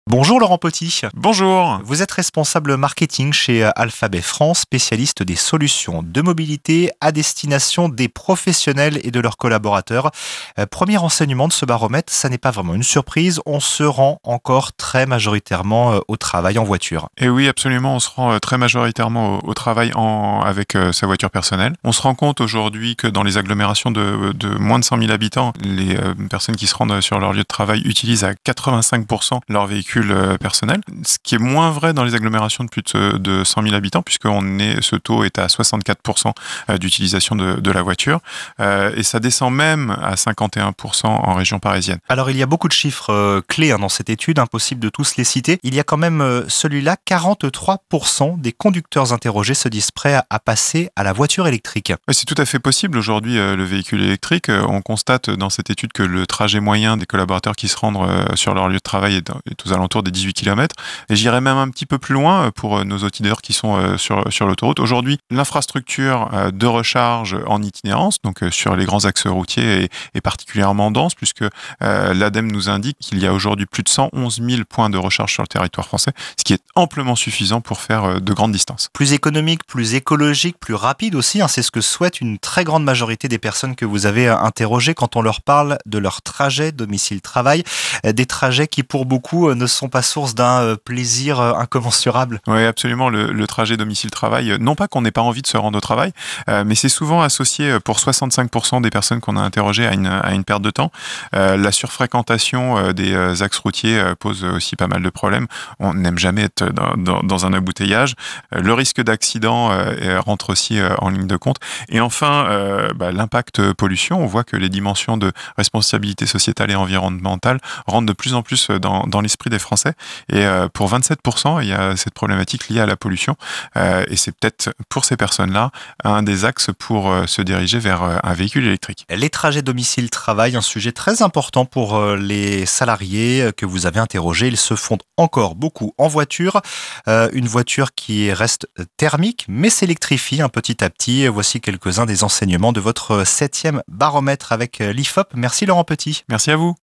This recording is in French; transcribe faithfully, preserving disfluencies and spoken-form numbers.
Bonjour Laurent Potty. Bonjour. Vous êtes responsable marketing chez Alphabet France, spécialiste des solutions de mobilité à destination des professionnels et de leurs collaborateurs. Euh, premier enseignement de ce baromètre, ça n'est pas vraiment une surprise, on se rend encore très majoritairement euh, au travail en voiture. Et oui, absolument, on se rend euh, très majoritairement au, au travail en, avec euh, sa voiture personnelle. On se rend compte aujourd'hui que dans les agglomérations de, de moins de cent mille habitants, les euh, personnes qui se rendent sur leur lieu de travail utilisent à quatre-vingt-cinq pour cent leur véhicule euh, personnel, ce qui est moins vrai dans les agglomérations de plus de, de cent mille habitants, puisque on est, ce taux est à soixante-quatre pour cent d'utilisation de, de la voiture, euh, et ça descend même à cinquante et un pour cent en région parisienne. Alors il y a beaucoup de chiffres euh, clés hein, dans cette étude, impossible de tous les citer. Il y a quand même euh, celui-là, quarante-trois pour cent des conducteurs interrogés se disent prêts à, à passer à la voiture électrique. Oui, c'est tout à fait possible aujourd'hui, euh, le véhicule électrique. Euh, on constate dans cette étude que le trajet moyen des collaborateurs qui se rendent euh, sur leur lieu de travail est, est aux alentours des dix-huit kilomètres. Et j'irai même un petit peu plus loin euh, pour euh, nos auditeurs qui sont euh, sur, sur l'autoroute. Aujourd'hui, l'infrastructure euh, de recharge en itinérance, donc euh, sur les grands axes routiers, est, est particulièrement dense, puisque euh, l'ADEME nous indique qu'il y a aujourd'hui plus de cent onze mille points de recharge sur le territoire français, ce qui est amplement suffisant pour faire euh, de grandes distances. Plus économique, plus écologique, plus rapide aussi, hein, c'est ce que souhaite une très grande majorité des personnes que vous avez interrogées quand on leur parle de leur trajet domicile-travail, des trajets qui pour beaucoup ne sont pas source d'un plaisir incommensurable. Oui, absolument, le, le trajet domicile-travail, non pas qu'on n'ait pas envie de se rendre au travail, euh, mais c'est souvent associé pour soixante-cinq pour cent des personnes qu'on a interrogées à une, à une perte de temps. Euh, la surfréquentation euh, des euh, axes routiers euh, pose aussi pas mal de problèmes. On n'aime jamais être dans, dans, dans un embouteillage. Euh, le risque d'accident euh, rentre aussi euh, en ligne de compte. Et enfin, euh, bah, l'impact pollution. On voit que les dimensions de responsabilité sociétale et environnementale rentrent de plus en plus dans, dans l'esprit des Français. Et euh, pour vingt-sept pour cent, il y a cette problématique liée à la pollution. Euh, et c'est peut-être pour ces personnes-là un des axes pour euh, se diriger vers euh, un véhicule électrique. Les trajets domicile-travail, un sujet très important pour euh, les salariés que vous avez interrogés. Ils se font encore beaucoup en voiture. Euh, une voiture qui reste thermique, mais s'électrifie hein, petit à petit. Voici quelques-uns des enseignements de votre septième baromètre avec l'I F O P. Merci Laurent Potty. Merci à vous.